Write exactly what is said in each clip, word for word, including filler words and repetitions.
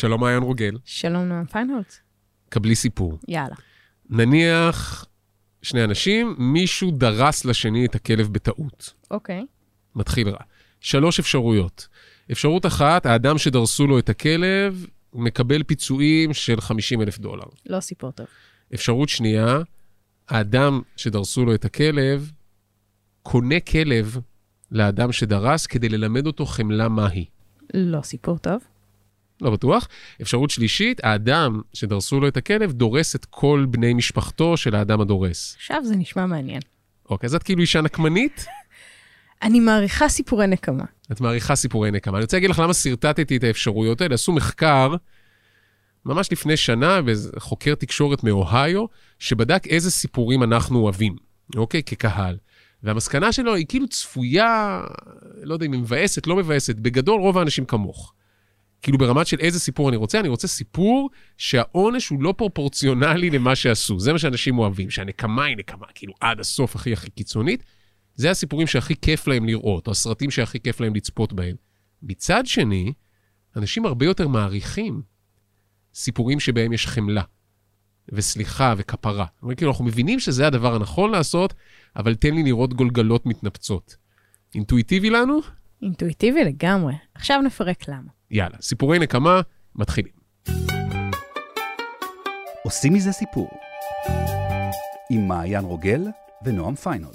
שלום מעיין רוגל. שלום נועם פיינהולץ. קבלי סיפור. יאללה. נניח שני אנשים, מישהו דרס לשני את הכלב בטעות. אוקיי. מתחיל רע. שלוש אפשרויות. אפשרות אחת, האדם שדרסו לו את הכלב מקבל פיצויים של חמישים אלף דולר. לא סיפור טוב. אפשרות שנייה, האדם שדרסו לו את הכלב קונה כלב לאדם שדרס כדי ללמד אותו חמלה מהי. לא סיפור טוב. לא בטוח. אפשרות שלישית, האדם שדרסו לו את הכלב דורס את כל בני משפחתו של האדם הדורס. עכשיו זה נשמע מעניין. אוקיי, אז את כאילו אישה נקמנית? אני מעריכה סיפורי נקמה. את מעריכה סיפורי נקמה. אני רוצה להגיד לך למה סרטטתי את האפשרויות האלה. עשו מחקר ממש לפני שנה, בחוקר תקשורת מאוהיו, שבדק איזה סיפורים אנחנו אוהבים, אוקיי, כקהל. והמסקנה שלו היא כאילו צפויה, לא יודע אם היא מבאסת, לא מבאסת, בגדול רוב האנשים כמוך. כאילו ברמת של איזה סיפור אני רוצה, אני רוצה סיפור שהעונש הוא לא פרופורציונלי למה שעשו. זה מה שאנשים אוהבים, שהנקמה היא נקמה, כאילו עד הסוף הכי הכי קיצונית. זה הסיפורים שהכי כיף להם לראות, או הסרטים שהכי כיף להם לצפות בהם. מצד שני, אנשים הרבה יותר מעריכים סיפורים שבהם יש חמלה, וסליחה וכפרה. כאילו, אנחנו מבינים שזה הדבר הנכון לעשות, אבל תן לי לראות גולגלות מתנפצות. אינטואיטיבי לנו? אינטואיטיבי לגמרי. עכשיו נפרק למה. יאללה, סיפורי נקמה, מתחילים. עושים מזה סיפור. עם מעיין רוגל ונועם פיינהולץ.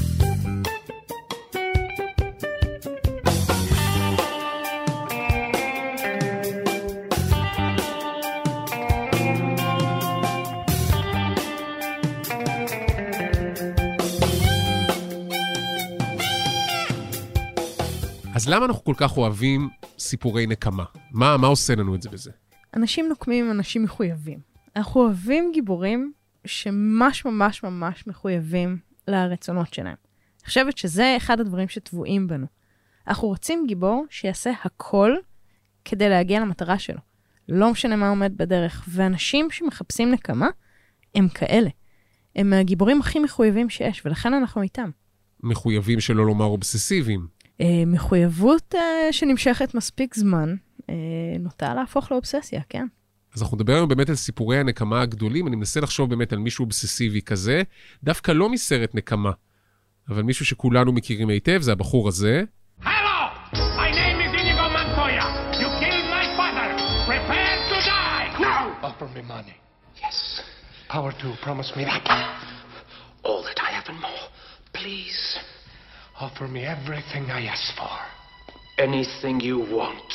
אז למה אנחנו כל כך אוהבים סיפורי נקמה? מה, מה עושה לנו את זה בזה? אנשים נוקמים הם אנשים מחויבים. אנחנו אוהבים גיבורים שממש ממש ממש מחויבים לרצונות שלהם. אני חושבת שזה אחד הדברים שטבועים בנו. אנחנו רוצים גיבור שיעשה הכל כדי להגיע למטרה שלו. לא משנה מה עומד בדרך. ואנשים שמחפשים נקמה הם כאלה. הם הגיבורים הכי מחויבים שיש, ולכן אנחנו איתם. מחויבים שלא לומר אובססיביים. מחויבות שנמשכת מספיק זמן, נוטה להפוך לאובססיה, כן. אז אנחנו נדבר היום באמת על סיפורי הנקמה הגדולים, אני מנסה לחשוב באמת על מישהו אובססיבי כזה, דווקא לא מסרט נקמה, אבל מישהו שכולנו מכירים היטב, זה הבחור הזה. Hello! My name is Inigo Montoya. You killed my father. Prepare to die. No! Offer me money. Yes. Power to promise me that. All that I have and more. Please. Offer me everything I ask for. Anything you want.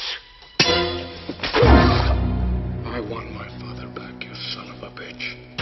I want my father back, you son of a bitch.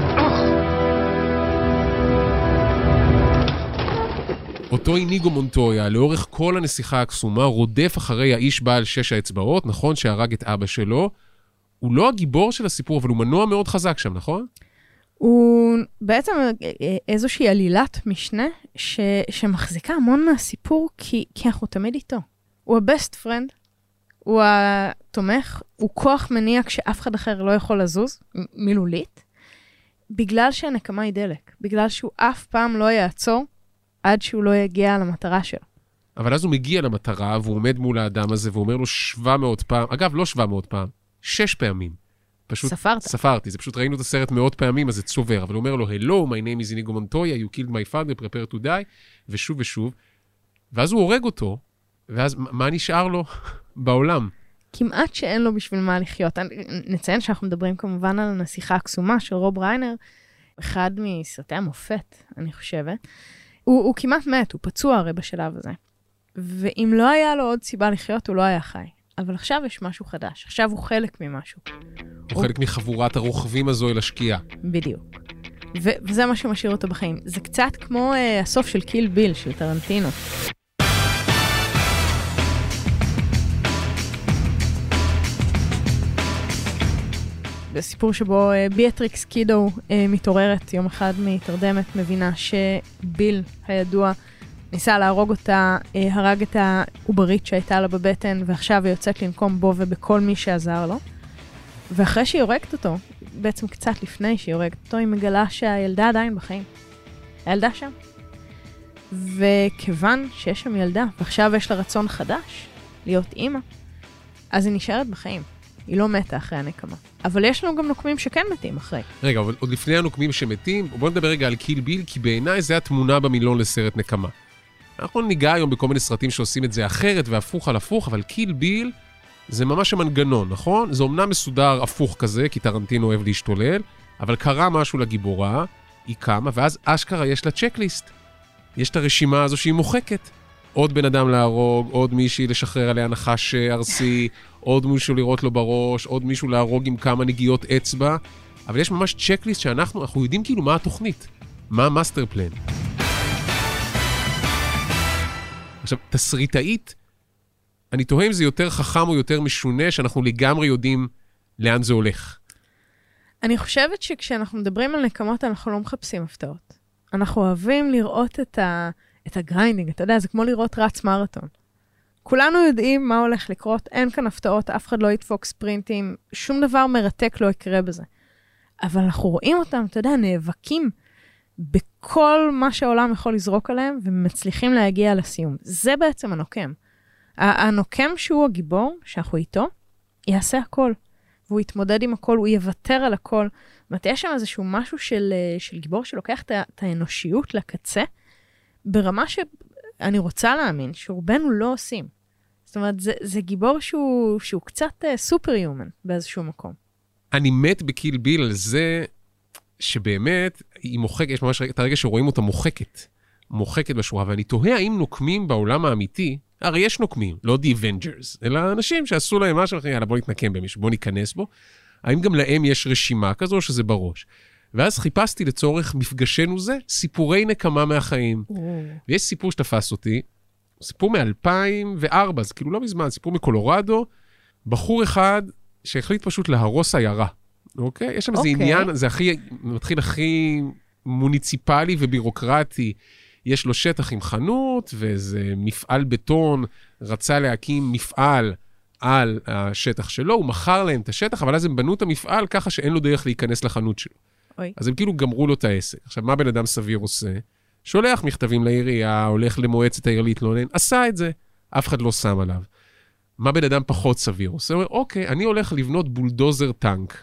אותו איניגו מונטויה, לאורך כל הנסיכה הקסומה, רודף אחרי האיש בעל שש האצבעות, נכון? שהרג את אבא שלו. הוא לא הגיבור של הסיפור, אבל הוא מנוע מאוד חזק שם, נכון? הוא בעצם איזושהי עלילת משנה ש, שמחזיקה המון מהסיפור, כי, כי אנחנו תמיד איתו. הוא הבסט פרנד, הוא התומך, הוא כוח מניע כשאף אחד אחר לא יכול לזוז, מילולית, בגלל שהנקמה היא דלק, בגלל שהוא אף פעם לא יעצור עד שהוא לא יגיע למטרה שלו. אבל אז הוא מגיע למטרה, והוא עומד מול האדם הזה, והוא אומר לו שבע מאות פעם, אגב, לא שבע מאות פעם, שש פעמים. פשוט ספרת. ספרתי, זה פשוט ראינו את הסרט מאות פעמים, אז זה צובר, אבל הוא אומר לו, Hello, my name is Inigo Montoya, you killed my father, prepare to die, ושוב ושוב, ואז הוא הורג אותו, ואז מה נשאר לו בעולם? כמעט שאין לו בשביל מה לחיות. נציין שאנחנו מדברים כמובן על הנסיכה הקסומה של רוב ריינר, אחד מסרטי המופת, אני חושבת. הוא, הוא כמעט מת, הוא פצוע הרי בשלב הזה. ואם לא היה לו עוד סיבה לחיות, הוא לא היה חי. אבל עכשיו יש משהו חדש. עכשיו הוא חלק ממשהו. הוא, הוא... חלק מחבורת הרוכבים הזו אל השקיעה. בדיוק. ו- וזה מה שמשאיר אותו בחיים. זה קצת כמו uh, הסוף של קיל ביל, של טרנטינו. בסיפור שבו uh, ביאטריקס קידו uh, מתעוררת יום אחד מתרדמת, מבינה שביל הידוע ניסה להרוג אותה, הרג את העוברית שהייתה לה בבטן, ועכשיו היא יוצאת לנקום בו ובכל מי שעזר לו. ואחרי שהיא הורגת אותו, בעצם קצת לפני שהיא הורגת אותו, היא מגלה שהילדה עדיין בחיים. הילדה שם. וכיוון שיש שם ילדה, ועכשיו יש לה רצון חדש, להיות אימא, אז היא נשארת בחיים. היא לא מתה אחרי הנקמה. אבל יש לנו גם נוקמים שכן מתים אחרי. רגע, אבל עוד לפני הנוקמים שמתים, בואו נדבר רגע על קיל ביל, כי בעיניי זה התמונה במילון לסרט נקמה. אנחנו ניגע היום בכל מיני סרטים שעושים את זה אחרת והפוך על הפוך, אבל קיל ביל זה ממש המנגנון, נכון? זה אומנם מסודר הפוך כזה, כי טרנטינו אוהב להשתולל, אבל קרה משהו לגיבורה, היא קמה, ואז אשכרה יש לה צ'קליסט. יש את הרשימה הזו שהיא מוחקת. עוד בן אדם להרוג, עוד מישהי לשחרר עליה נחש ארסי, עוד מישהו לראות לו בראש, עוד מישהו להרוג עם כמה נגיעות אצבע, אבל יש ממש צ'קליסט שאנחנו, אנחנו יודעים כאילו מה התוכנית, מה המאסטר פלן. עכשיו, תסריטאית, אני תוהה אם זה יותר חכם או יותר משונה, שאנחנו לגמרי יודעים לאן זה הולך. אני חושבת שכשאנחנו מדברים על נקמות, אנחנו לא מחפשים הפתעות. אנחנו אוהבים לראות את ה... את הגריינדינג, אתה יודע, זה כמו לראות רץ מרתון. כולנו יודעים מה הולך לקרות, אין כאן הפתעות, אף אחד לא ידפוק ספרינטים, שום דבר מרתק לא יקרה בזה. אבל אנחנו רואים אותם, אתה יודע, נאבקים בכל מה שהעולם יכול לזרוק עליהם, ומצליחים להגיע לסיום. זה בעצם הנוקם. הנוקם שהוא הגיבור, שאנחנו איתו, יעשה הכל. והוא יתמודד עם הכל, הוא יוותר על הכל. זאת אומרת, יש שם איזשהו משהו של, של גיבור שלוקח את האנושיות לקצה, ברמה שאני רוצה להאמין שרובנו לא עושים. זאת אומרת, זה, זה גיבור שהוא, שהוא קצת סופר-יומן באיזשהו מקום. אני מת בקיל ביל על זה שבאמת היא מוחקת, יש ממש את הרגע שרואים אותה מוחקת, מוחקת בשורה, ואני תוהה האם נוקמים בעולם האמיתי, הרי יש נוקמים, לא The Avengers, אלא אנשים שעשו להם משהו, יאללה, בוא נתנקם במישהו, בוא ניכנס בו, האם גם להם יש רשימה כזו שזה בראש? ואז חיפשתי לצורך מפגשנו זה, סיפורי נקמה מהחיים. Oh. ויש סיפור שתפס אותי, סיפור מ-אלפיים וארבע, זה כאילו לא מזמן, סיפור מקולורדו, בחור אחד שהחליט פשוט להרוס עיירה. אוקיי? יש שם okay. איזה עניין, זה הכי, מתחיל הכי מוניציפלי ובירוקרטי. יש לו שטח עם חנות, ואיזה מפעל בטון רצה להקים מפעל על השטח שלו, הוא מכר להם את השטח, אבל אז הם בנו את המפעל ככה שאין לו דרך להיכנס לחנות שלו. אוי. אז הם כאילו גמרו לו את העסק. עכשיו, מה בן אדם סביר עושה? שולח מכתבים לעירייה, הולך למועצת העיר להתלונן, עשה את זה, אף אחד לא שם עליו. מה בן אדם פחות סביר עושה? הוא אומר, אוקיי, אני הולך לבנות בולדוזר טנק.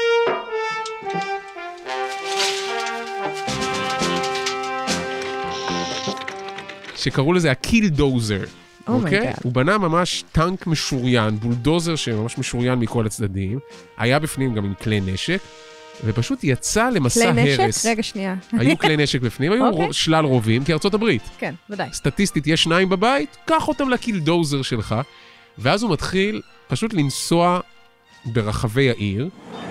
שקראו לזה הקילדוזר. אוקיי? הוא בנה ממש טנק משוריין, בולדוזר שממש משוריין מכל הצדדים, היה בפנים גם עם כלי נשק, ופשוט יצא למסע הרס. כלי נשק? רגע שנייה. היו כלי נשק בפנים, היו שלל רובים, כי ארצות הברית. כן, ודאי. סטטיסטית, יש שניים בבית, קח אותם לקילדוזר שלך, ואז הוא מתחיל פשוט לנסוע ברחבי העיר,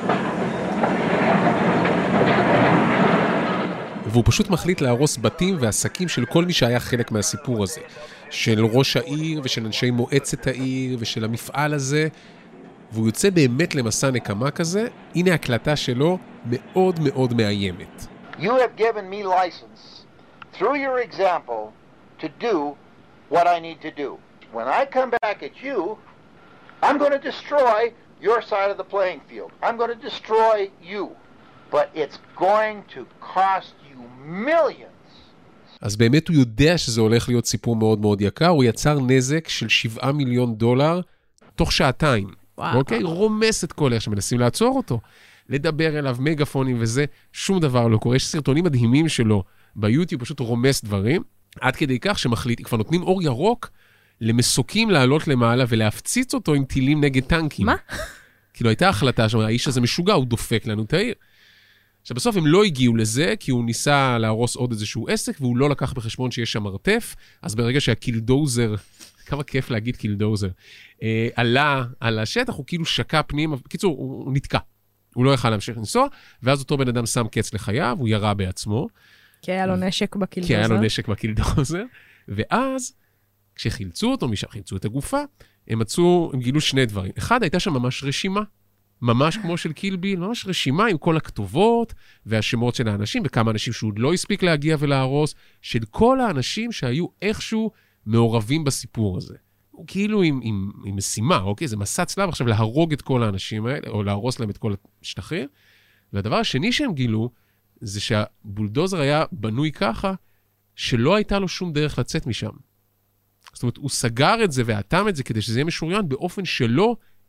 והוא פשוט מחליט להרוס בתים ועסקים של כל מי שהיה חלק מהסיפור הזה. של ראש העיר ושל אנשי מועצת העיר ושל המפעל הזה, והוא יוצא באמת למסע נקמה כזה. הנה הקלטה שלו מאוד מאוד מאיימת. You have given me license through your example to do what I need to do. When I come back at you, I'm going to destroy your side of the playing field. I'm going to destroy you. But it's going to cost you millions. אז באמת הוא יודע שזה הולך להיות סיפור מאוד מאוד יקר, הוא יצר נזק של שבעה מיליון דולר תוך שעתיים. וואו. אוקיי? רומס את כל איך שמנסים לעצור אותו. לדבר אליו, מגפונים וזה, שום דבר לא קורה. יש סרטונים מדהימים שלו ביוטיוב, פשוט רומס דברים, עד כדי כך שמחליט, כבר נותנים אור ירוק למסוקים לעלות למעלה ולהפציץ אותו עם טילים נגד טנקים. מה? כאילו הייתה החלטה שאומרה, האיש הזה משוגע, הוא דופק לנו את העיר. שבסוף הם לא הגיעו לזה, כי הוא ניסה להרוס עוד איזשהו עסק, והוא לא לקח בחשבון שיש שם מרתף, אז ברגע שהקילדוזר, כמה כיף להגיד קילדוזר, אה, עלה על השטח, הוא כאילו שקע פנים, בקיצור, הוא, הוא נתקע. הוא לא יכל להמשיך לנסוע, ואז אותו בן אדם שם קץ לחייו, הוא ירה בעצמו. כי היה לו נשק בקילדוזר. כי היה לו נשק בקילדוזר, ואז, כשחילצו אותו, משם חילצו את הגופה, הם מצאו, הם גילו שני דברים. אחד, הייתה שם ממש רשימה. ממש כמו של קיל ביל, ממש רשימה עם כל הכתובות והשמות של האנשים, וכמה אנשים שהוא לא הספיק להגיע ולהרוס, של כל האנשים שהיו איכשהו מעורבים בסיפור הזה. הוא כאילו עם, עם, עם משימה, אוקיי? זה מסע צלב עכשיו להרוג את כל האנשים האלה, או להרוס להם את כל השטחים. והדבר השני שהם גילו, זה שהבולדוזר היה בנוי ככה, שלא הייתה לו שום דרך לצאת משם. זאת אומרת, הוא סגר את זה ואטם את זה, כדי שזה יהיה משוריין באופן שלא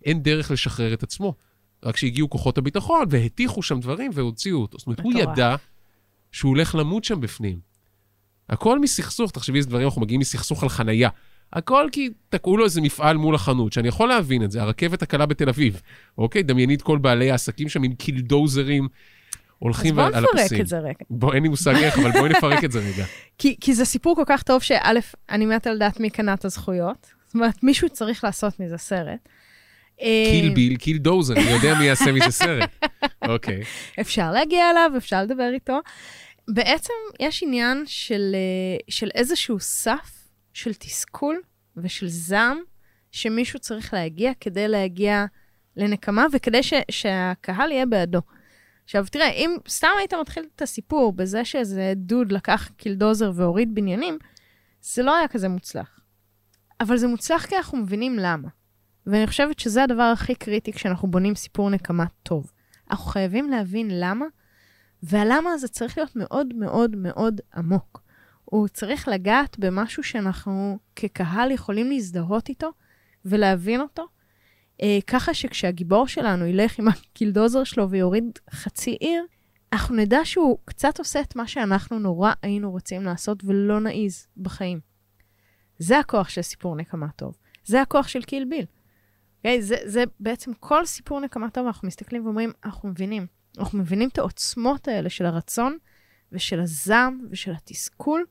אין דרך לשחרר את עצמו. רק שהגיעו כוחות הביטחון והטיחו שם דברים והוציאו אותו. זאת אומרת, הוא ידע שהוא הולך למות שם בפנים. הכל מסכסוך, תחשבי איזה דברים, אנחנו מגיעים מסכסוך על חנייה. הכל כי תקעו לו איזה מפעל מול החנות, שאני יכול להבין את זה, הרכבת הקלה בתל אביב. אוקיי, דמיינית כל בעלי העסקים שם עם קילדוזרים הולכים על הפסים. אז בואו נפרק את זה רגע. בוא, אין לי מושג איך, אבל בואי נפרק את זה רגע. כי, כי זה סיפור כל כך טוב שא', אני מתה לדעת מי קנה את הזכויות. זאת אומרת, מישהו צריך לעשות מזה סרט. קיל ביל, קיל דוזר, אני יודע מי יעשה מזה סרט. אוקיי. אפשר להגיע אליו, אפשר לדבר איתו. בעצם יש עניין של, של איזשהו סף של תסכול ושל זעם שמישהו צריך להגיע כדי להגיע לנקמה וכדי ש, שהקהל יהיה בעדו. עכשיו, תראה, אם סתם היית מתחיל את הסיפור בזה שאיזה דוד לקח קילדוזר והוריד בניינים, זה לא היה כזה מוצלח. אבל זה מוצלח כי אנחנו מבינים למה. ואני חושבת שזה הדבר הכי קריטי כשאנחנו בונים סיפור נקמה טוב. אנחנו חייבים להבין למה, והלמה הזה צריך להיות מאוד מאוד מאוד עמוק. הוא צריך לגעת במשהו שאנחנו כקהל יכולים להזדהות איתו ולהבין אותו, אה, ככה שכשהגיבור שלנו ילך עם הקילדוזר שלו ויוריד חצי עיר, אנחנו נדע שהוא קצת עושה את מה שאנחנו נורא היינו רוצים לעשות ולא נעיז בחיים. זה הכוח של סיפור נקמה טוב. זה הכוח של קיל ביל. Okay, זה, זה בעצם כל סיפור נקמה טוב, אנחנו מסתכלים ואומרים, אנחנו מבינים. אנחנו מבינים את העוצמות האלה של הרצון ושל הזעם ושל התסכול,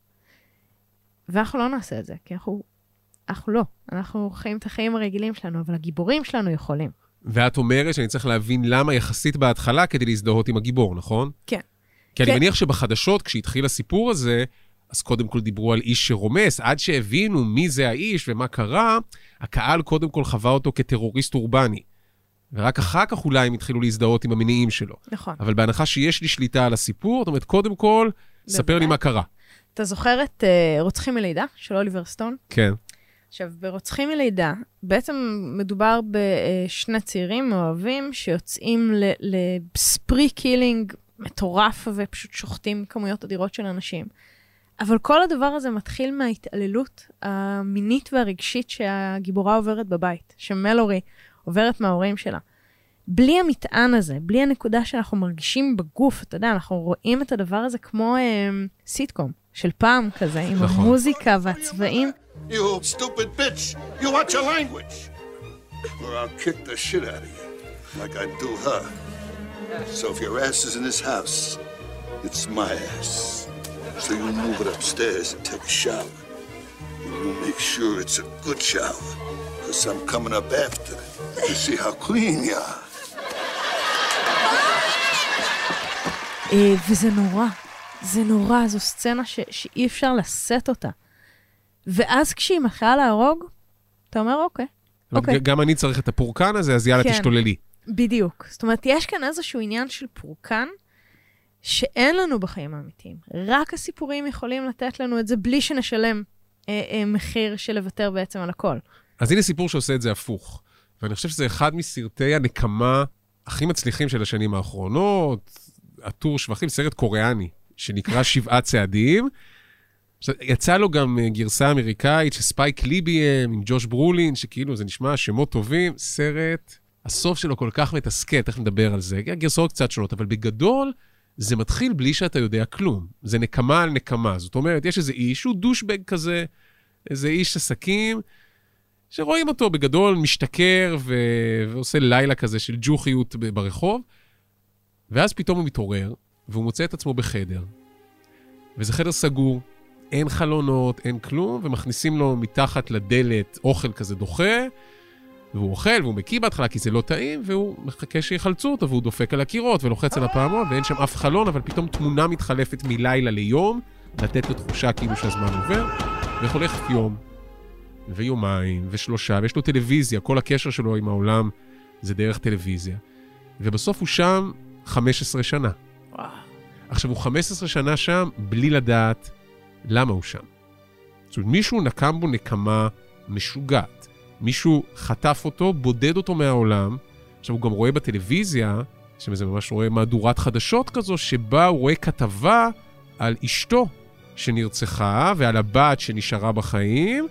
ואנחנו לא נעשה את זה, כי אנחנו, אנחנו לא. אנחנו חיים את החיים הרגילים שלנו, אבל הגיבורים שלנו יכולים. ואת אומרת שאני צריך להבין למה יחסית בהתחלה כדי להזדהות עם הגיבור, נכון? כן. כי כן. אני מניח שבחדשות, כשהתחיל הסיפור הזה, אז קודם כל דיברו על איש שרומס, עד שהבינו מי זה האיש ומה קרה, הקהל קודם כל חווה אותו כטרוריסט אורבני. ורק אחר כך אולי הם התחילו להזדהות עם המניעים שלו. נכון. אבל בהנחה שיש לי שליטה על הסיפור, זאת אומרת, קודם כל, ספר לי מה קרה. אתה זוכר את uh, רוצחים מלידה של אוליבר סטון? כן. עכשיו, ברוצחים מלידה, בעצם מדובר בשני צעירים מאוהבים שיוצאים לספרי קילינג מטורף ופשוט שוחטים כמויות אדירות של אנשים. אבל כל הדבר הזה מתחיל מההתעללות המינית והרגשית שהגיבורה עוברת בבית, שמלורי עוברת מההורים שלה. בלי המטען הזה, בלי הנקודה שאנחנו מרגישים בגוף, אתה יודע, אנחנו רואים את הדבר הזה כמו אה, סיטקום של פעם כזה, עם נכון. המוזיקה והצבעים. You stupid bitch! You watch your language! Or I'll kick the shit out of you, like I do her. So if your ass is in this house, it's my ass. So you move it upstairs and take a shower. And you make sure it's a good shower, because I'm coming up after to see how clean you are. וזה נורא, זה נורא, זו סצנה ש- שאי אפשר לשאת אותה. ואז כשהיא מתחילה להרוג, אתה אומר, אוקיי, אוקיי. גם אני צריך את הפורקן הזה, אז יאללה, כן. תשתוללי. בדיוק. זאת אומרת, יש כאן איזשהו עניין של פורקן, שאין לנו בחיים האמיתיים. רק הסיפורים יכולים לתת לנו את זה, בלי שנשלם אה, אה, מחיר של לוותר בעצם על הכל. אז הנה סיפור שעושה את זה הפוך. ואני חושב שזה אחד מסרטי הנקמה הכי מצליחים של השנים האחרונות, הטור שבחים, סרט קוריאני, שנקרא שבעה צעדים. יצא לו גם גרסה אמריקאית שספייק לי ביים, עם ג'וש ברולין, שכאילו זה נשמע שמות טובים, סרט, הסוף שלו כל כך מתסכל, תכף נדבר על זה, גרסאות קצת שונות, אבל בגדול זה מתחיל בלי שאתה יודע כלום. זה נקמה על נקמה. זאת אומרת, יש איזה איש, הוא דושבג כזה, איזה איש עסקים, שרואים אותו בגדול, משתכר ו... ועושה לילה כזה של ג'וחיות ברחוב, ואז פתאום הוא מתעורר, והוא מוצא את עצמו בחדר, וזה חדר סגור, אין חלונות, אין כלום, ומכניסים לו מתחת לדלת אוכל כזה דוחה, והוא אוכל, והוא מקיא בהתחלה, כי זה לא טעים, והוא מחכה שיחלצו אותו, והוא דופק על הקירות, ולוחץ על הפעמון, ואין שם אף חלון, אבל פתאום תמונה מתחלפת מלילה ליום, לתת לו תחושה כאילו שהזמן עובר, ואיך הולך יום, ויומיים, ושלושה, ויש לו טלוויזיה, כל הקשר שלו עם העולם זה דרך טלוויזיה. ובסוף הוא שם חמש עשרה שנה. וואו. עכשיו, הוא חמש עשרה שנה שם, בלי לדעת למה הוא שם. זאת אומרת, מישהו נקם בו נקמה משוגעת. מישהו חטף אותו, בודד אותו מהעולם. עכשיו, הוא גם רואה בטלוויזיה, שזה ממש רואה מהדורת חדשות כזו, שבה הוא רואה כתבה על אשתו שנרצחה, ועל הבת שנשארה בחיים,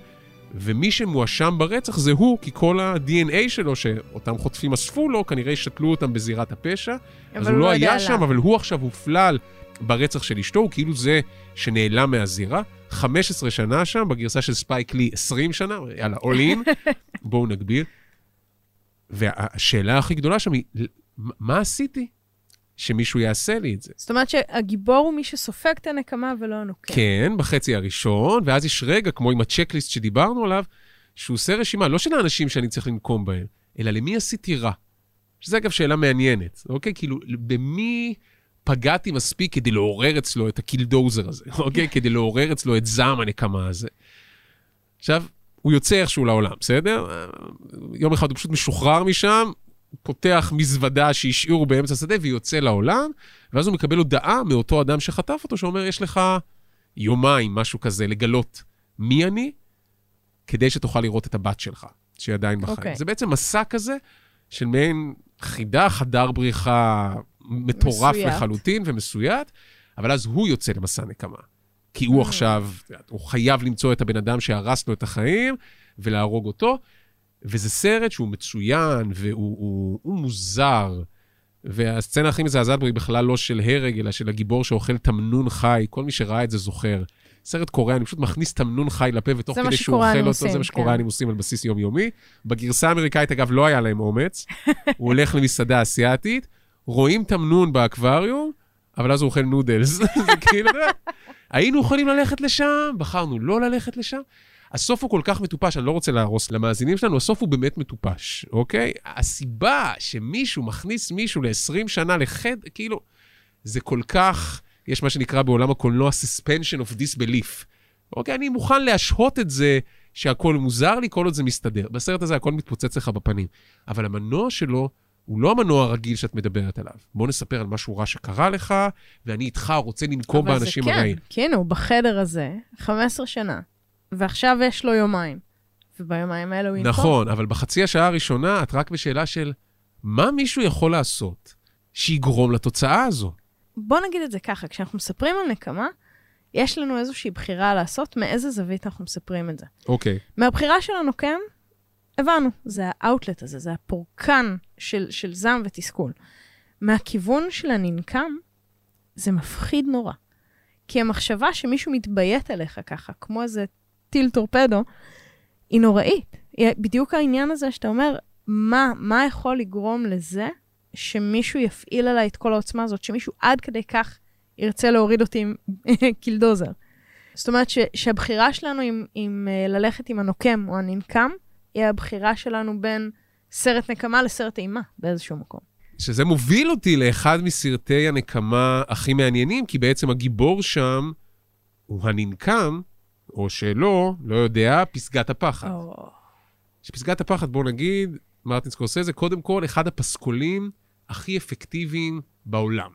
ומי שמואשם ברצח זה הוא, כי כל ה-די אן איי שלו, שאותם חוטפים אספו לו, כנראה שתלו אותם בזירת הפשע, אז הוא לא היה שם, אבל הוא עכשיו הופלל ברצח של אשתו, הוא כאילו זה שנעלם מהזירה, חמש עשרה שנה שם, בגרסה של ספייק לי עשרים שנה, יאללה, all in, בואו נגביר. והשאלה הכי גדולה שם היא, מה עשיתי שמישהו יעשה לי את זה? זאת אומרת שהגיבור הוא מי שסופג את הנקמה ולא הנוקם. כן, בחצי הראשון, ואז יש רגע, כמו עם הצ'קליסט שדיברנו עליו, שהוא עושה רשימה, לא של האנשים שאני צריך לנקום בהם, אלא למי עשיתי רע. שזה אגב שאלה מעניינת, אוקיי? כאילו, במי פגעתי מספיק כדי לעורר אצלו את הקילדוזר הזה, אוקיי? כדי לעורר אצלו את זעם הנקמה הזה. עכשיו, הוא יוצא איכשהו לעולם, בסדר? יום אחד הוא פשוט משוחרר משם, פותח מזוודה שהשאירו באמצע השדה, ויוצא לעולם, ואז הוא מקבל הודעה מאותו אדם שחטף אותו, שאומר, יש לך יומיים, משהו כזה, לגלות מי אני, כדי שתוכל לראות את הבת שלך, שהיא עדיין בחיים. Okay. זה בעצם מסע כזה, של מעין חידה, חדר בריחה מטורף מסוית. לחלוטין ומסוית, אבל אז הוא יוצא למסע נקמה. כי הוא עכשיו, הוא חייב למצוא את הבן אדם שהרס לו את החיים, ולהרוג אותו, וזה סרט שהוא מצוין, והוא הוא, הוא מוזר, והסצנה הכי מזעזעת בו היא בכלל לא של הרג, אלא של הגיבור שאוכל תמנון חי, כל מי שראה את זה זוכר. סרט קוריאני, פשוט מכניס תמנון חי לפה, ותוך כדי שהוא אוכל אותו, עושים, זה מה שקוריאנים כן. עושים על בסיס יומיומי. בגרסה האמריקאית, אגב, לא היה להם אומץ, הוא הולך למסעדה אסיאתית, רואים תמנון באקווריום, אבל אז הוא אוכל נודלס. זה כאילו, היינו יכולים ללכת לשם, בחרנו לא ללכת לשם. הסוף הוא כל כך מטופש, אני לא רוצה להרוס למאזינים שלנו, הסוף הוא באמת מטופש, אוקיי? הסיבה שמישהו מכניס מישהו ל-עשרים שנה לחד, כאילו, זה כל כך, יש מה שנקרא בעולם הקולנוע, suspension of disbelief. אוקיי, אני מוכן להשהות את זה, שהכל מוזר לי, כל עוד זה מסתדר. בסרט הזה הכל מתפוצץ לך בפנים. אבל המנוע שלו, הוא לא המנוע הרגיל שאת מדברת עליו. בוא נספר על משהו רע שקרה לך, ואני איתך רוצה לנקום באנשים הרעים. אבל זה כן, כן, הוא בחדר הזה, חמש עשרה שנה. ועכשיו יש לו יומיים, וביומיים האלה הוא ינקום. נכון, אבל בחצי השעה הראשונה, את רק בשאלה של, מה מישהו יכול לעשות שיגרום לתוצאה הזו? בוא נגיד את זה ככה, כשאנחנו מספרים על נקמה, יש לנו איזושהי בחירה לעשות מאיזה זווית אנחנו מספרים את זה. אוקיי. מהבחירה של הנוקם, הבנו, זה האוטלט הזה, זה הפורקן של, של זעם ותסכול. מהכיוון של הננקם, זה מפחיד נורא. כי המחשבה שמישהו מתביית עליך ככה, כמו איזה טיל טורפדו, היא נוראית. בדיוק העניין הזה שאתה אומר, מה, מה יכול לגרום לזה שמישהו יפעיל עליי את כל העוצמה הזאת, שמישהו עד כדי כך ירצה להוריד אותי עם קילדוזר. זאת אומרת ש, שהבחירה שלנו עם, עם ללכת עם הנוקם או הננקם, היא הבחירה שלנו בין סרט נקמה לסרט אימה באיזשהו מקום. שזה מוביל אותי לאחד מסרטי הנקמה הכי מעניינים, כי בעצם הגיבור שם הוא הננקם, או שלא, לא יודע, פסגת הפחד. Oh. שפסגת הפחד, בוא נגיד, מרטין סקורסזה, קודם כל, אחד הפסקולים הכי אפקטיביים בעולם.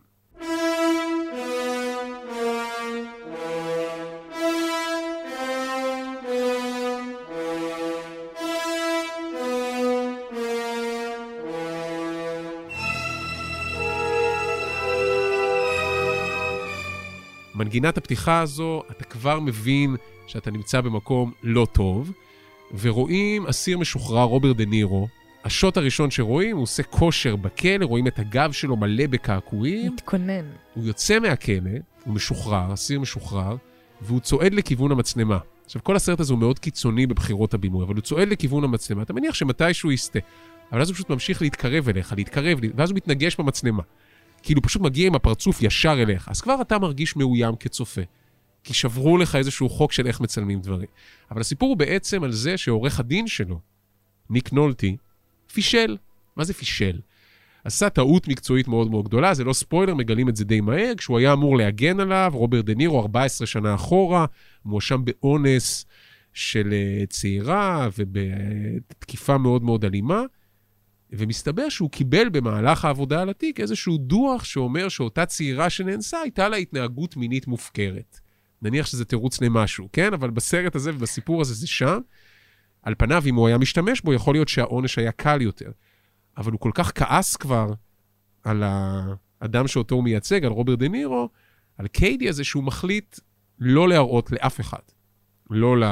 מנגינת הפתיחה הזו, אתה כבר מבין שאתה נמצא במקום לא טוב, ורואים אסיר משוחרר, רוברט דה נירו. השוט הראשון שרואים, הוא עושה כושר בכלא, רואים את הגב שלו מלא בקעקועים. מתכונן. הוא יוצא מהכלא, הוא משוחרר, אסיר משוחרר, והוא צועד לכיוון המצלמה. עכשיו, כל הסרט הזה הוא מאוד קיצוני בבחירות הבימוי, אבל הוא צועד לכיוון המצלמה. אתה מניח שמתישהו יסתה. אבל אז הוא פשוט ממשיך להתקרב אליך, להתקרב, ואז הוא מתנגש במצלמה. כאילו פשוט מגיע עם הפרצוף ישר אליך. אז כבר אתה מרגיש מאוים כצופה. כי שברו לך איזשהו חוק של איך מצלמים דברים. אבל הסיפור הוא בעצם על זה שעורך הדין שלו, ניק נולטי, פישל. מה זה פישל? עשה טעות מקצועית מאוד מאוד גדולה, זה לא ספוילר, מגלים את זה די מהר, כשהוא היה אמור להגן עליו, רוברט דה נירו, ארבע עשרה שנה אחורה, מואשם באונס של צעירה, ובתקיפה מאוד מאוד אלימה, ומסתבר שהוא קיבל במהלך העבודה על התיק איזשהו דוח שאומר שאותה צעירה שנאנסה הייתה לה התנהגות מינית מופקרת. נניח שזה תירוץ למשהו, כן? אבל בסרט הזה ובסיפור הזה זה שם. על פניו, אם הוא היה משתמש בו, יכול להיות שהעונש היה קל יותר. אבל הוא כל כך כעס כבר על האדם שאותו הוא מייצג, על רוברט דה נירו, על קיידי הזה שהוא מחליט לא להראות לאף אחד. לא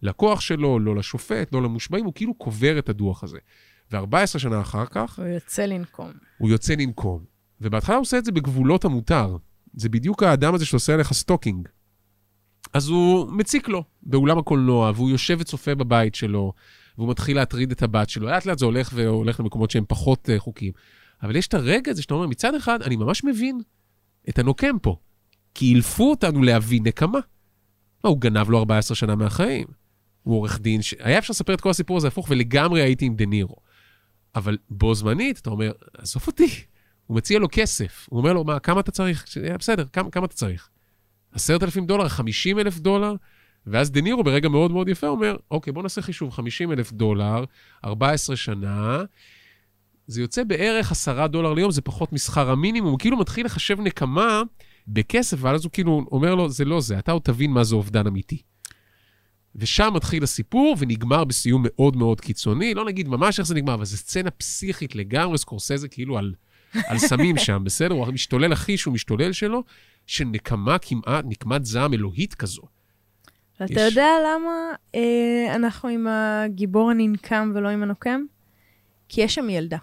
לכוח שלו, לא לשופט, לא למושבעים, הוא כאילו קובר את הדוח הזה. ו-ארבע עשרה שנה אחר כך... הוא יוצא לנקום. הוא יוצא לנקום. ובהתחלה הוא עושה את זה בגבולות המותר. זה בדיוק האדם הזה שעושה עליך סטוקינג. אז הוא מציק לו באולם הקולנוע, והוא יושב וצופה בבית שלו, והוא מתחיל להטריד את הבת שלו. לאט לאט זה הולך והולך למקומות שהם פחות uh, חוקיים. אבל יש את הרגע הזה שאתה אומר, מצד אחד, אני ממש מבין את הנוקם פה. כי אילפו אותנו להבין נקמה. מה, הוא גנב לו ארבע עשרה שנה מהחיים. הוא עורך דין, ש... היה אפשר לספר את כל הסיפור הזה הפוך, ולגמרי הייתי עם דנירו. אבל בו זמנית, אתה אומר, עזוב אותי. הוא מציע לו כסף. הוא אומר לו, מה, כמה אתה צריך? בסדר, כמה, כמה אתה צריך? עשרת אלפים דולר, חמישים אלף דולר, ואז דנירו ברגע מאוד מאוד יפה אומר, אוקיי, בוא נעשה חישוב, חמישים אלף דולר, ארבע עשרה שנה, זה יוצא בערך עשרה דולר ליום, זה פחות משכר המינימום, הוא כאילו מתחיל לחשב נקמה בכסף, ואז הוא כאילו אומר לו, זה לא זה, אתה עוד תבין מה זה אובדן אמיתי. ושם מתחיל הסיפור, ונגמר בסיום מאוד מאוד קיצוני, לא נגיד ממש איך זה נגמר, אבל זו סצנה פסיכית לגמרי, סקורסזה כאילו על, על סמים שם, בסדר? הוא משתולל הכי שהוא משתולל שלו, שנקמה כמעט, נקמת זעם אלוהית כזו. אתה יודע למה אה, אנחנו עם הגיבור הננקם ולא עם הנוקם? כי יש שם ילדה.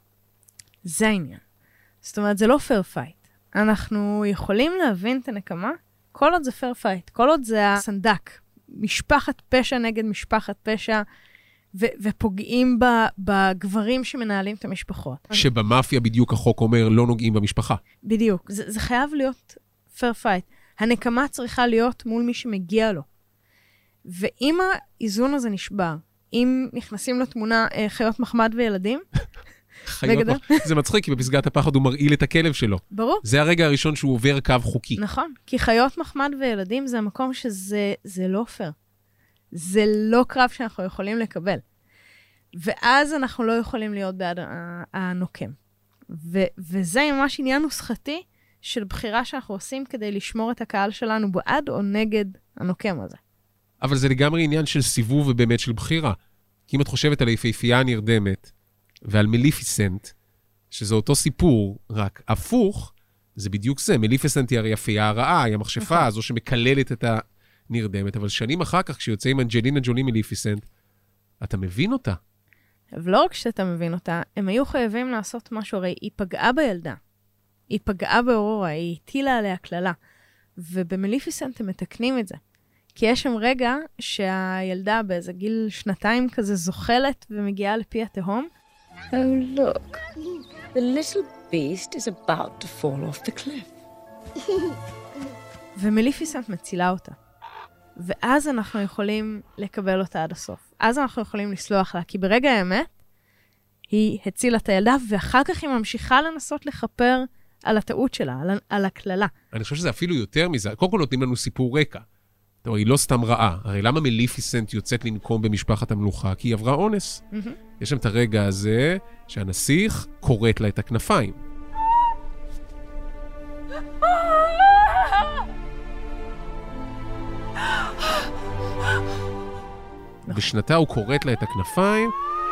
זה העניין. זאת אומרת, זה לא פייר פייט. אנחנו יכולים להבין את הנקמה, כל עוד זה פייר פייט, כל עוד זה הסנדק, משפחת פשע נגד משפחת פשע, ו- ופוגעים ב- בגברים שמנהלים את המשפחות. שבמאפיה בדיוק החוק אומר, לא נוגעים במשפחה. בדיוק. זה, זה חייב להיות פייר פייט. הנקמה צריכה להיות מול מי שמגיע לו. ואם האיזון הזה נשבר, אם נכנסים לתמונה אה, חיות מחמד וילדים, חיות מח... זה מצחיק, כי בפסגת הפחד הוא מרעיל את הכלב שלו. ברור. זה הרגע הראשון שהוא עובר קו חוקי. נכון, כי חיות מחמד וילדים זה המקום שזה זה לא פייר. זה לא קרב שאנחנו יכולים לקבל. ואז אנחנו לא יכולים להיות בעד הנוקם. ו- וזה ממש עניין נוסחתי של בחירה שאנחנו עושים כדי לשמור את הקהל שלנו בעד או נגד הנוקם הזה. אבל זה לגמרי עניין של סיבוב ובאמת של בחירה. כי אם את חושבת על היפהפייה הנרדמת ועל מליפיסנט, שזה אותו סיפור, רק הפוך, זה בדיוק זה. מליפיסנט היא הרי הפייה הרעה, היא המכשפה, הזו שמקללת את הנרדמת, אבל שנים אחר כך, כשיוצא עם אנג'לינה ג'ולי מליפיסנט, אתה מבין אותה. ולא רק שאתה מבין אותה, הם היו חייבים לעשות משהו, הרי היא פגעה בילדה. היא פגעה באורורה, היא הטילה עליה כללה. ובמליפיסנט הם מתקנים את זה. כי יש שם רגע שהילדה באיזה גיל שנתיים כזה זוחלת ומגיעה לפי התהום. Oh, look. The little beast is about to fall off the cliff. ומליפיסנט מצילה אותה. ואז אנחנו יכולים לקבל אותה עד הסוף. אז אנחנו יכולים לסלוח לה, כי ברגע האמת, היא הצילה את הילדה, ואחר כך היא ממשיכה לנסות לחפר על הטעות שלה, על, על הכללה. אני חושב שזה אפילו יותר מזה. קודם כל נותנים לנו סיפור רקע. טוב, היא לא סתם רעה. הרי למה מליפיסנט יוצאת לנקום במשפחת המלוכה? כי היא עברה אונס. Mm-hmm. יש שם את הרגע הזה שהנסיך קוראת לה את הכנפיים. בשנתה הוא קוראת לה את הכנפיים.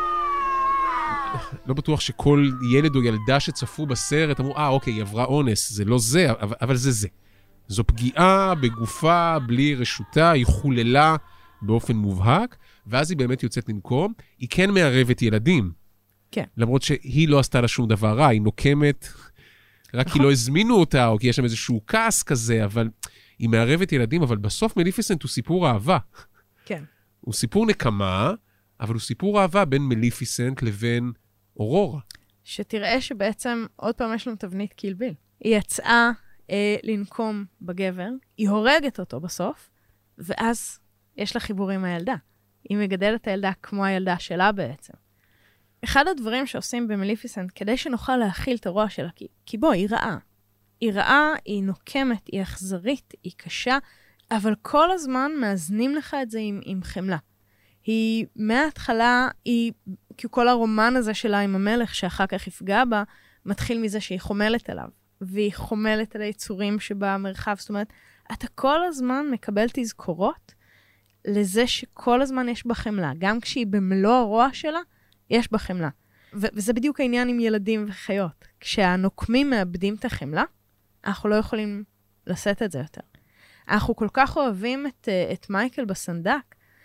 לא בטוח שכל ילד או ילדה שצפו בסרט אמרו, אה, אוקיי, היא עברה אונס. זה לא זה, אבל, אבל זה זה. זו פגיעה בגופה, בלי רשותה, היא חוללה באופן מובהק, ואז היא באמת יוצאת לנקום. היא כן מערבת ילדים. כן. למרות שהיא לא עשתה לה שום דבר רע, היא נוקמת, רק כי לא הזמינו אותה, או כי יש שם איזשהו כעס כזה, אבל היא מערבת ילדים, אבל בסוף מליפיסנט הוא סיפור אהבה. כן. הוא סיפור נקמה, אבל הוא סיפור אהבה בין מליפיסנט לבין אורורה. שתראה שבעצם עוד פעם יש לנו תבנית קילביל. היא יצאה אה, לנקום בגבר, היא הורגת אותו בסוף, ואז יש לה חיבור עם הילדה. היא מגדלת את הילדה כמו הילדה שלה בעצם. אחד הדברים שעושים במליפיסנט, כדי שנוכל להכיל את הרוע שלה, כי, כי בוא, היא רעה. היא רעה, היא נוקמת, היא אכזרית, היא קשה, אבל כל הזמן מאזנים לך את זה עם, עם חמלה. היא מההתחלה, היא, כי כל הרומן הזה שלה עם המלך, שאחר כך יפגע בה, מתחיל מזה שהיא חומלת עליו, והיא חומלת על היצורים שבמרחב. זאת אומרת, אתה כל הזמן מקבל תזכורות לזה שכל הזמן יש בה חמלה. גם כשהיא במלוא הרוע שלה, יש בה חמלה. ו- וזה בדיוק העניין עם ילדים וחיות. כשהנוקמים מאבדים את החמלה, אנחנו לא יכולים לשאת את זה יותר. אנחנו כל כך אוהבים את, את מייקל בסנדק,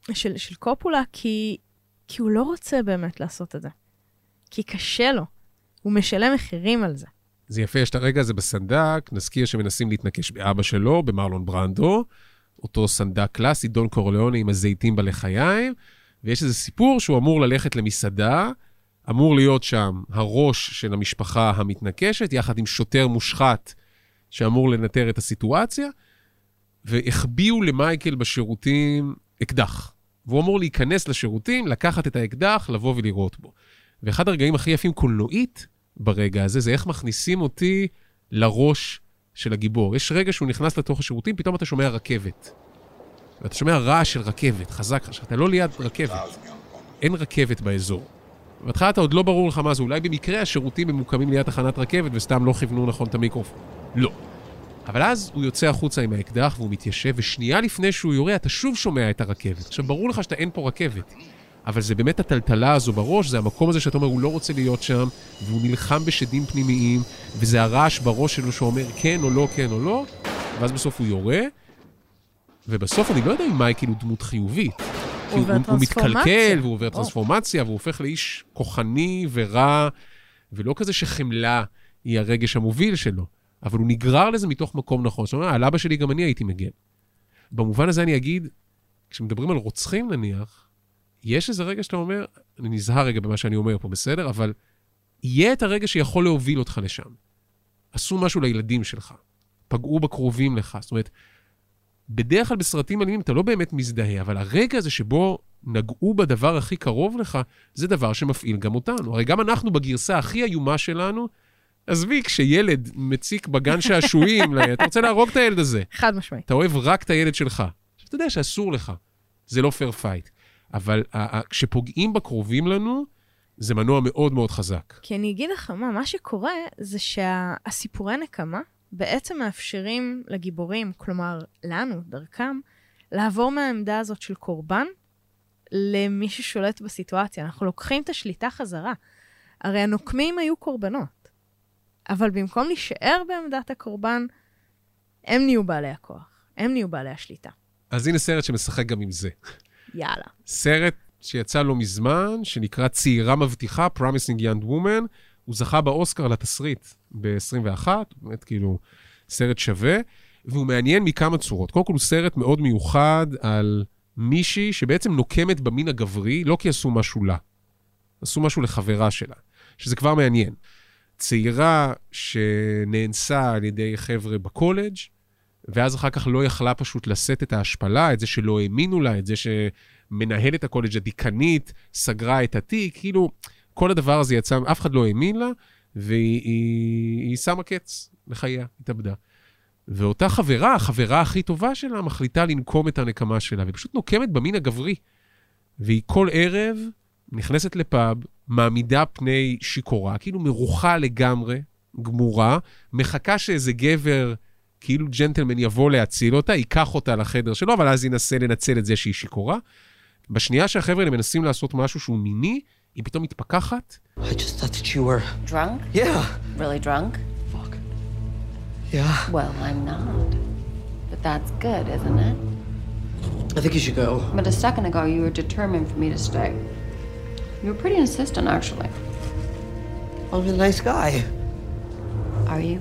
של, של קופולה, כי, כי הוא לא רוצה באמת לעשות את זה. כי קשה לו. הוא משלם מחירים על זה. זה יפה, יש את הרגע הזה בסנדק, נזכיר שמנסים להתנקש באבא שלו, במרלון ברנדו, אותו סנדק קלאסי, דון קורליאונה עם הזיתים בלחיים, ויש איזה סיפור שהוא אמור ללכת למסעדה, אמור להיות שם הראש של המשפחה המתנקשת, יחד עם שוטר מושחת שאמור לנטר את הסיטואציה, והחביאו למייקל בשירותים אקדח. והוא אמור להיכנס לשירותים, לקחת את האקדח, לבוא ולראות בו. ואחד הרגעים הכי יפים קולנועית ברגע הזה, זה איך מכניסים אותי לראש של הגיבור. יש רגע שהוא נכנס לתוך השירותים, פתאום אתה שומע רכבת. ואתה שומע רעש של רכבת, חזק, אתה לא ליד רכבת. אין רכבת באזור. בהתחלה אתה עוד לא ברור לך מה זה, אולי במקרה השירותים ממוקמים ליד תחנת רכבת, וסתם לא כיוונו נכון את המיקרופון. לא. אבל אז הוא יוצא החוצה עם האקדח, והוא מתיישב, ושנייה לפני שהוא יורה, אתה שוב שומע את הרכבת. עכשיו, ברור לך שאתה אין פה רכבת. אבל זה באמת הטלטלה הזו בראש, זה המקום הזה שאתה אומר, הוא לא רוצה להיות שם, והוא נלחם בשדים פנימיים, וזה הרעש בראש שלו שאומר כן או לא, כן או לא, ואז בסוף הוא יורה, ובסוף אני לא יודע אם מייקל הוא דמות חיובית. הוא, הוא, הוא מתקלקל, והוא עובר טרנספורמציה, והוא הופך לאיש כוחני ורע, ולא כזה שחמלה היא הרגש המוביל שלו, אבל הוא נגרר לזה מתוך מקום נכון. זאת אומרת, על אבא שלי גם אני הייתי מגן. במובן הזה אני אגיד, כשמדברים על רוצחים נניח, יש איזה רגע שאתה אומר, אני נזהר רגע במה שאני אומר פה, בסדר? אבל יהיה את הרגע שיכול להוביל אותך לשם. עשו משהו לילדים שלך, פגעו בקרובים לך. זאת אומרת, בדרך כלל בסרטים אלימים אתה לא באמת מזדהה, אבל הרגע הזה שבו נגעו בדבר הכי קרוב לך, זה דבר שמפעיל גם אותנו. הרי גם אנחנו בגרסה הכי איומה שלנו, עזבי, כשילד מציק בגן שעשועים, אתה רוצה להרוג את הילד הזה. חד משמעי. אתה אוהב רק את הילד שלך. עכשיו, אתה יודע שאסור לך. זה לא פייר פייט. אבל כשפוגעים בקרובים לנו, זה מנוע מאוד מאוד חזק. כי אני אגיד לך מה, מה שקורה זה שהסיפורי נקמה בעצם מאפשרים לגיבורים, כלומר לנו, דרכם, לעבור מהעמדה הזאת של קורבן למי ששולט בסיטואציה. אנחנו לוקחים את השליטה חזרה. הרי הנוקמים היו קורבנות, אבל במקום להישאר בעמדת הקורבן, הם נהיו בעלי הכוח, הם נהיו בעלי השליטה. אז הנה סרט שמשחק גם עם זה. יאללה. סרט שיצא לו מזמן, שנקרא צעירה מבטיחה, Promising Young Woman, הוא זכה באוסקר לתסריט ב-עשרים ואחת, באמת כאילו סרט שווה, והוא מעניין מכמה צורות. קודם כל הוא סרט מאוד מיוחד על מישהי שבעצם נוקמת במין הגברי, לא כי עשו משהו לה, עשו משהו לחברה שלה, שזה כבר מעניין. צעירה שנאנסה על ידי חבר'ה בקולג', ואז אחר כך לא יכלה פשוט לשאת את ההשפלה, את זה שלא האמינו לה, את זה שמנהלת הקולג' הדיקנית, סגרה את התיק, כאילו כל הדבר הזה יצא, אף אחד לא האמין לה, והיא היא, היא שמה קץ לחייה, התאבדה. ואותה חברה, החברה הכי טובה שלה, מחליטה לנקום את הנקמה שלה, ופשוט נוקמת במין הגברי. והיא כל ערב נכנסת לפאב, מעמידה פני שיקורה, כאילו מרוחה לגמרי, גמורה, מחכה שאיזה גבר, כאילו ג'נטלמן יבוא להציל אותה, ייקח אותה לחדר שלו, אבל אז ינסה לנצל את זה שהיא שיקורה. בשנייה שהחבר'ה מנסים לעשות משהו שהוא מיני, היא פתאום מתפקחת. I just thought that you were... Drunk? Yeah. Really drunk? Fuck. Yeah. Well, I'm not. But that's good, isn't it? I think you should go. But a second ago, you were determined for me to stay. You were pretty insistent, actually. I'm a nice guy. Are you?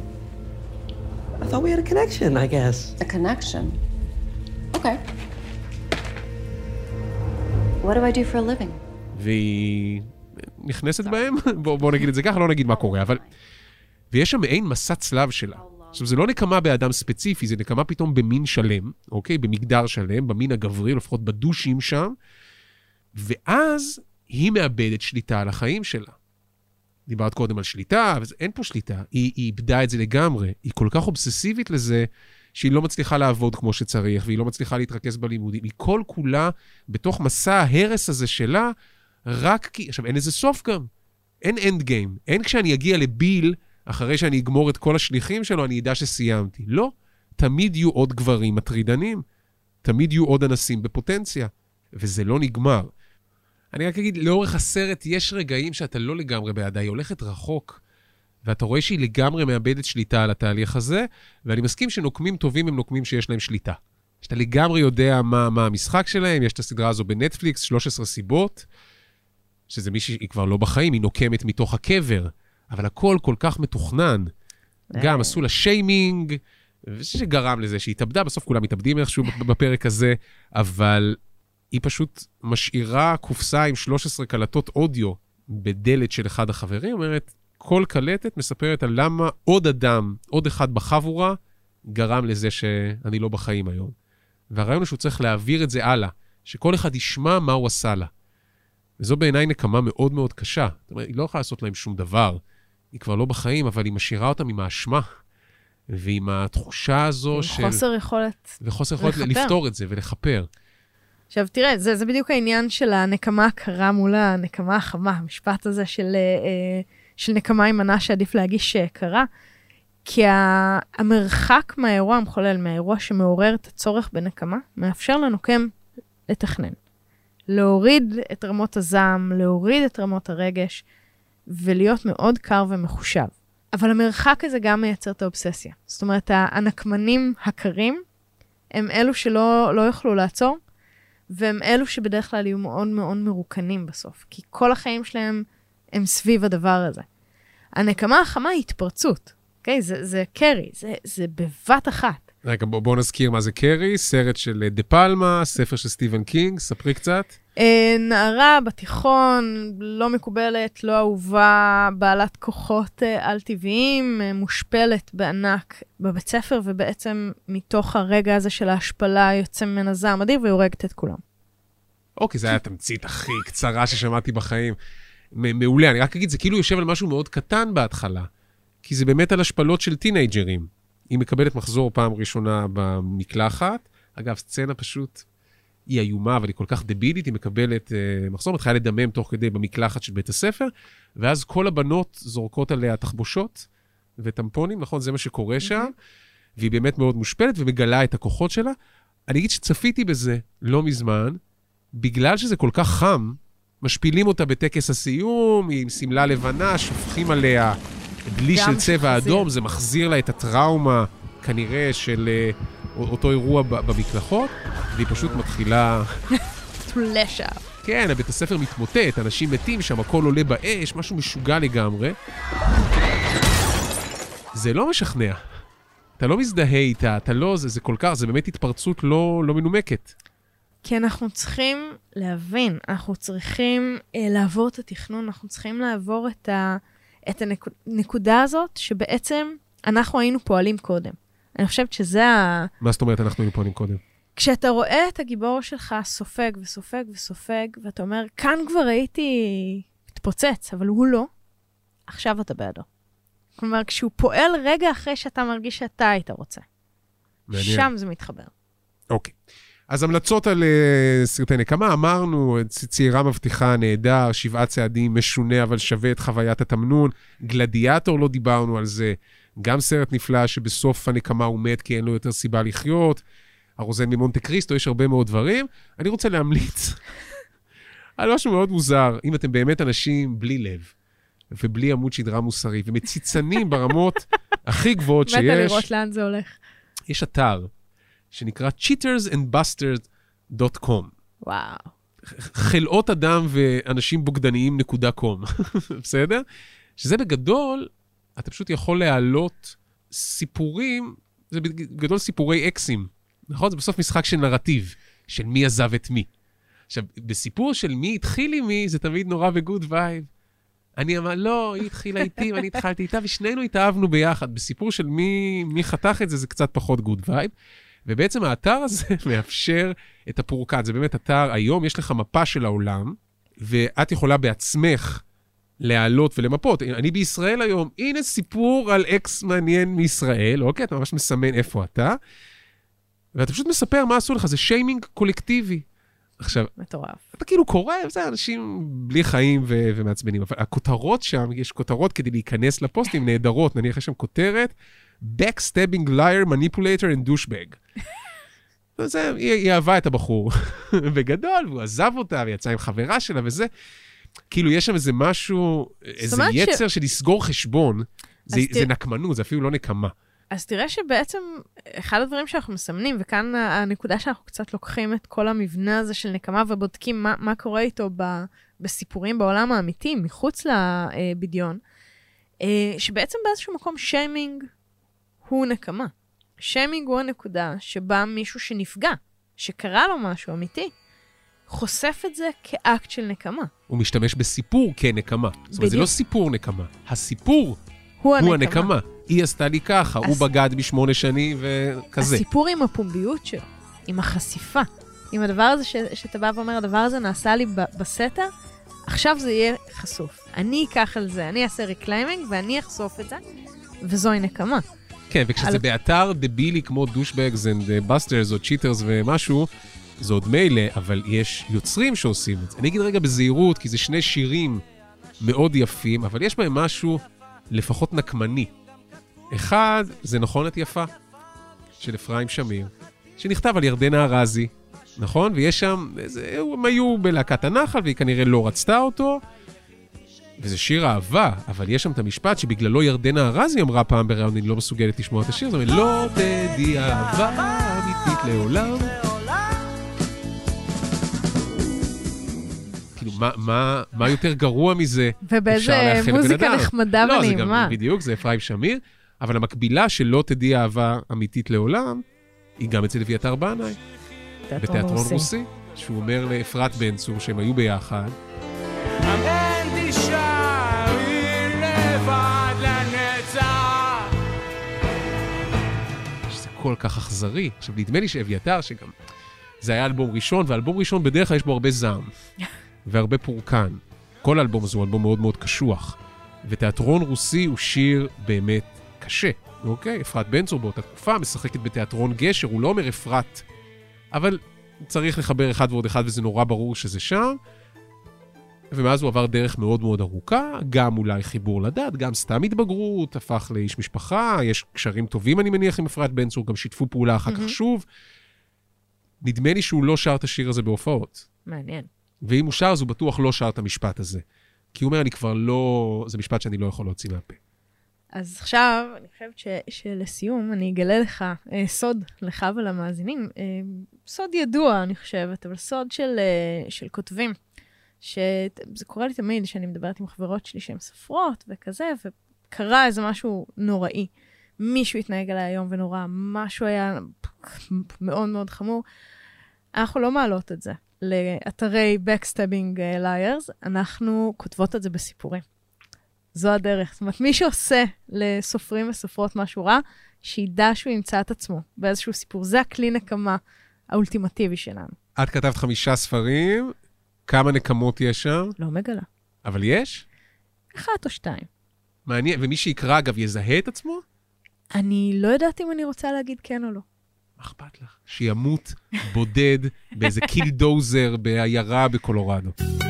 I thought we had a connection, I guess. A connection? Okay. What do I do for a living? והיא נכנסת בהם, בוא, בוא נגיד את זה ככה, לא נגיד מה קורה, אבל... ויש שם מעין מסע צלב שלה. עכשיו, זה לא נקמה באדם ספציפי, זה נקמה פתאום במין שלם, אוקיי? במגדר שלם, במין הגברי, לפחות בדושים שם, ואז היא מאבדת שליטה על החיים שלה. דיברת קודם על שליטה, אבל אין פה שליטה. היא, היא איבדה את זה לגמרי. היא כל כך אובססיבית לזה, שהיא לא מצליחה לעבוד כמו שצריך, והיא לא מצליחה להתרכז בלימודים. היא כל כולה, בתוך מסע ההרס הזה שלה, רק כי... עכשיו, אין איזה סוף גם. אין אנד גיים. אין כשאני אגיע לביל, אחרי שאני אגמור את כל השליחים שלו, אני ידע שסיימתי. לא. תמיד יהיו עוד גברים מטרידנים. תמיד יהיו עוד אנסים בפוטנציה. וזה לא נגמר. אני רק אגיד, לאורך הסרט יש רגעים שאתה לא לגמרי בעדה, היא הולכת רחוק, ואתה רואה שהיא לגמרי מאבדת שליטה על התהליך הזה, ואני מסכים שנוקמים טובים הם נוקמים שיש להם שליטה. שאתה לגמרי יודע מה, מה המשחק שלהם, יש את הסדרה הזו בנטפליקס, שלוש עשרה סיבות, שזה מישהי, היא כבר לא בחיים, היא נוקמת מתוך הקבר, אבל הכל כל כך מתוכנן. גם עשו לה שיימינג, ושגרם לזה שהיא התאבדה, בסוף כולם מתאבדים איכשהו בפרק הזה, אבל היא פשוט משאירה קופסה עם שלוש עשרה קלטות אודיו בדלת של אחד החברים, אומרת, כל קלטת מספרת על למה עוד אדם, עוד אחד בחבורה, גרם לזה שאני לא בחיים היום. והרעיון הוא שהוא צריך להעביר את זה הלאה, שכל אחד ישמע מה הוא עשה לה. וזו בעיניי נקמה מאוד מאוד קשה. זאת אומרת, היא לא יכולה לעשות להם שום דבר. היא כבר לא בחיים, אבל היא משאירה אותם עם האשמה, ועם התחושה הזו של... חוסר יכולת וחוסר יכולת לפתור את זה ולחפר. עכשיו, תראה, זה, זה בדיוק העניין של הנקמה הקרה מול הנקמה החמה, המשפט הזה של, של נקמה עם מנה שעדיף להגיש קרה, כי המרחק מהאירוע המחולל, מהאירוע שמעורר את הצורך בנקמה, מאפשר לנוקם לתכנן. להוריד את רמות הזעם, להוריד את רמות הרגש, ולהיות מאוד קר ומחושב. אבל המרחק הזה גם מייצר את האובססיה. זאת אומרת, הנקמנים הקרים, הם אלו שלא לא יוכלו לעצור, והם אלו שבדרך כלל יהיו מאוד מאוד מרוקנים בסוף, כי כל החיים שלהם הם סביב הדבר הזה. הנקמה החמה היא התפרצות, אוקיי? זה, זה קרי, זה, זה בבת אחת. רגע, בוא, בוא נזכיר מה זה קרי, סרט של דה פלמה, ספר של סטיבן קינג, ספרי קצת. נערה בתיכון, לא מקובלת, לא אהובה, בעלת כוחות על-טבעיים, מושפלת בענק בבית ספר, ובעצם מתוך הרגע הזה של ההשפלה יוצא ממנה זעם אדיר, והיא הורגת את כולם. אוקיי, זה היה התמצית הכי קצרה ששמעתי בחיים. מעולה, אני רק אגיד, זה כאילו יושב על משהו מאוד קטן בהתחלה, כי זה באמת על השפלות של טינאג'רים. היא מקבלת מחזור פעם ראשונה במקלחת, אגב, סצנה פשוט... היא איומה, אבל היא כל כך דבילית, היא מקבלת uh, מחסור, מתחילה לדמם תוך כדי במקלחת של בית הספר, ואז כל הבנות זורקות עליה תחבושות וטמפונים, נכון? זה מה שקורה שם, והיא באמת מאוד מושפלת ומגלה את הכוחות שלה. אני אגיד שצפיתי בזה לא מזמן, בגלל שזה כל כך חם, משפילים אותה בטקס הסיום, עם סמלה לבנה, שופכים עליה דלי של צבע אדום, זה מחזיר לה את הטראומה, כנראה של... אותו אירוע במקלחות, והיא פשוט מתחילה... תולשה. כן, הבית הספר מתמוטט, אנשים מתים שם, הכל עולה באש, משהו משוגע לגמרי. זה לא משכנע. אתה לא מזדהה איתה, אתה לא... זה, זה כל כך, זה באמת התפרצות לא, לא מנומקת. כי אנחנו צריכים להבין, אנחנו צריכים אה, לעבור את התכנון, אנחנו צריכים לעבור את, ה, את הנקודה הזאת, שבעצם אנחנו היינו פועלים קודם. אני חושבת שזה ה... מה זאת אומרת אנחנו היינו פועלים קודם? כשאתה רואה את הגיבור שלך סופג וסופג וסופג, ואתה אומר, כאן כבר הייתי מתפוצץ, אבל הוא לא, עכשיו אתה בעדו. כלומר, כשהוא פועל רגע אחרי שאתה מרגיש שאתה היית רוצה. מעניין. שם זה מתחבר. אוקיי. אז המלצות על uh, סרטי נקמה, אמרנו, צעירה מבטיחה נהדר, שבעה צעדים משונה, אבל שווה את חוויית התמנון. גלדיאטור, לא דיברנו על זה. גם סרט נפלא שבסוף הנקמה הוא מת כי אין לו יותר סיבה לחיות. הרוזן ממונטה קריסטו, יש הרבה מאוד דברים. אני רוצה להמליץ על משהו מאוד מוזר. אם אתם באמת אנשים בלי לב, ובלי עמוד שדרה מוסרי, ומציצנים ברמות הכי גבוהות שיש. מתה לראות לאן זה הולך. יש אתר שנקרא cheaters and busters דוט קום. וואו. חלאות אדם ואנשים בוגדניים נקודה קום. בסדר? שזה בגדול... אתה פשוט יכול להעלות סיפורים, זה בגדול סיפורי אקסים, נכון? זה בסוף משחק של נרטיב, של מי עזב את מי. עכשיו, בסיפור של מי התחיל עם מי, זה תמיד נורא וגוד וייב. אני אמר, לא, היא התחילה איתי ואני התחלתי איתה, ושנינו התאהבנו ביחד. בסיפור של מי, מי חתך את זה, זה קצת פחות גוד וייב. ובעצם האתר הזה מאפשר את הפורקן. זה באמת אתר, היום יש לך מפה של העולם, ואת יכולה בעצמך, להעלות ולמפות. אני בישראל היום, הנה סיפור על אקס מעניין מישראל, אוקיי? אתה ממש מסמן איפה אתה, ואתה פשוט מספר מה עשו לך, זה שיימינג קולקטיבי. עכשיו, מטורף. אתה כאילו קורא, זה אנשים בלי חיים ו- ומעצבנים, אבל הכותרות שם, יש כותרות כדי להיכנס לפוסטים נהדרות, נניח יש שם כותרת, Backstabbing liar, manipulator and douchebag. זה, היא, היא אהבה את הבחור בגדול, והוא עזב אותה, ויצא עם חברה שלה וזה, כאילו, יש שם איזה משהו, איזה יצר ש... של לסגור חשבון, זה, זה נקמנות, זה אפילו לא נקמה. אז תראה שבעצם אחד הדברים שאנחנו מסמנים, וכאן הנקודה שאנחנו קצת לוקחים את כל המבנה הזה של נקמה ובודקים מה, מה קורה איתו ב, בסיפורים בעולם האמיתי, מחוץ לבדיון, שבעצם באיזשהו מקום שיימינג הוא נקמה. שיימינג הוא הנקודה שבה מישהו שנפגע, שקרה לו משהו אמיתי, חושף את זה כאקט של נקמה. הוא משתמש בסיפור כנקמה. זאת אומרת, זה לא סיפור נקמה. הסיפור הוא הנקמה. הוא הנקמה. היא עשתה לי ככה, הוא בגד בשמונה שנים וכזה. הסיפור עם הפומביות שלו, עם החשיפה, עם הדבר הזה ש, שאתה בא ואומר, הדבר הזה נעשה לי בסתר, עכשיו זה יהיה חשוף. אני אקח על זה, אני אעשה ריקליימינג, ואני אחשוף את זה, וזוהי נקמה. כן, וכשזה על... באתר דבילי כמו דושבגס ובאסטרס או צ'יטרס ומשהו, זה עוד מילא, אבל יש יוצרים שעושים את זה. אני אגיד רגע בזהירות, כי זה שני שירים מאוד יפים, אבל יש בהם משהו לפחות נקמני. אחד, זה נכון את יפה, של אפרים שמיר, שנכתב על ירדנה ארזי, נכון? ויש שם, זה, הם היו בלהקת הנחל, והיא כנראה לא רצתה אותו, וזה שיר אהבה, אבל יש שם את המשפט שבגללו ירדנה ארזי אמרה פעם בראיון, אני לא מסוגלת לשמוע את השיר, זאת אומרת, לא תדעי אהבה אמיתית לעולם. כאילו, מה, מה, מה יותר גרוע מזה? ובאיזה מוזיקה נחמדה ונעימה. לא, זה גם בדיוק, זה אפרים שמיר, אבל המקבילה של לא תדעי אהבה אמיתית לעולם, היא גם אצל אביתר בנאי, בתיאטרון רוסי, שהוא אומר לאפרת בן צור שהם היו ביחד. אמן תישארי לבד לנצח. שזה כל כך אכזרי. עכשיו, נדמה לי שאביתר, שגם זה היה אלבום ראשון, ואלבום ראשון בדרך כלל יש בו הרבה זעם, והרבה פורקן. כל האלבום הזה הוא אלבום מאוד מאוד קשוח. ותיאטרון רוסי הוא שיר באמת קשה. אוקיי? אפרת בן צור באותה תקופה משחקת בתיאטרון גשר, הוא לא אומר אפרת, אבל צריך לחבר אחד ועוד אחד, וזה נורא ברור שזה שם. ומאז הוא עבר דרך מאוד מאוד ארוכה, גם אולי חיבור לדת, גם סתם התבגרות, הפך לאיש משפחה, יש קשרים טובים אני מניח עם אפרת בן צור, גם שיתפו פעולה אחר כך שוב. נדמה לי שהוא לא שר את השיר הזה בהופעות. מעניין. ואם הוא שר, אז הוא בטוח לא שר את המשפט הזה. כי הוא אומר, אני כבר לא, זה משפט שאני לא יכול להוציא מהפה. אז עכשיו, אני חושבת ש, שלסיום, אני אגלה לך אה, סוד, לך ולמאזינים, אה, סוד ידוע, אני חושבת, אבל סוד של, אה, של כותבים, שזה קורה לי תמיד, שאני מדברת עם חברות שלי שהן ספרות וכזה, וקרה איזה משהו נוראי. מישהו התנהג עליי היום ונורא, משהו היה מאוד מאוד חמור. אנחנו לא מעלות את זה לאתרי Backstabbing Liars, אנחנו כותבות את זה בסיפורים. זו הדרך. זאת אומרת, מי שעושה לסופרים וסופרות משהו רע, שידע שהוא ימצא את עצמו באיזשהו סיפור. זה הכלי נקמה האולטימטיבי שלנו. את כתבת חמישה ספרים, כמה נקמות יש שם? לא מגלה. אבל יש? אחת או שתיים. מעניין, ומי שיקרא אגב יזהה את עצמו? אני לא יודעת אם אני רוצה להגיד כן או לא. מה אכפת לך? שימות בודד באיזה קילדוזר בעיירה בקולורדו.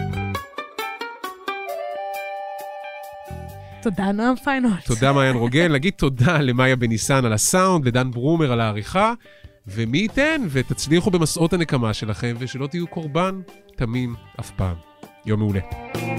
תודה, נועם פיינולט. תודה, מעיין רוגל. להגיד תודה למאיה בניסן על הסאונד, לדן ברומר על העריכה, ומי ייתן ותצליחו במסעות הנקמה שלכם, ושלא תהיו קורבן תמים אף פעם. יום מעולה.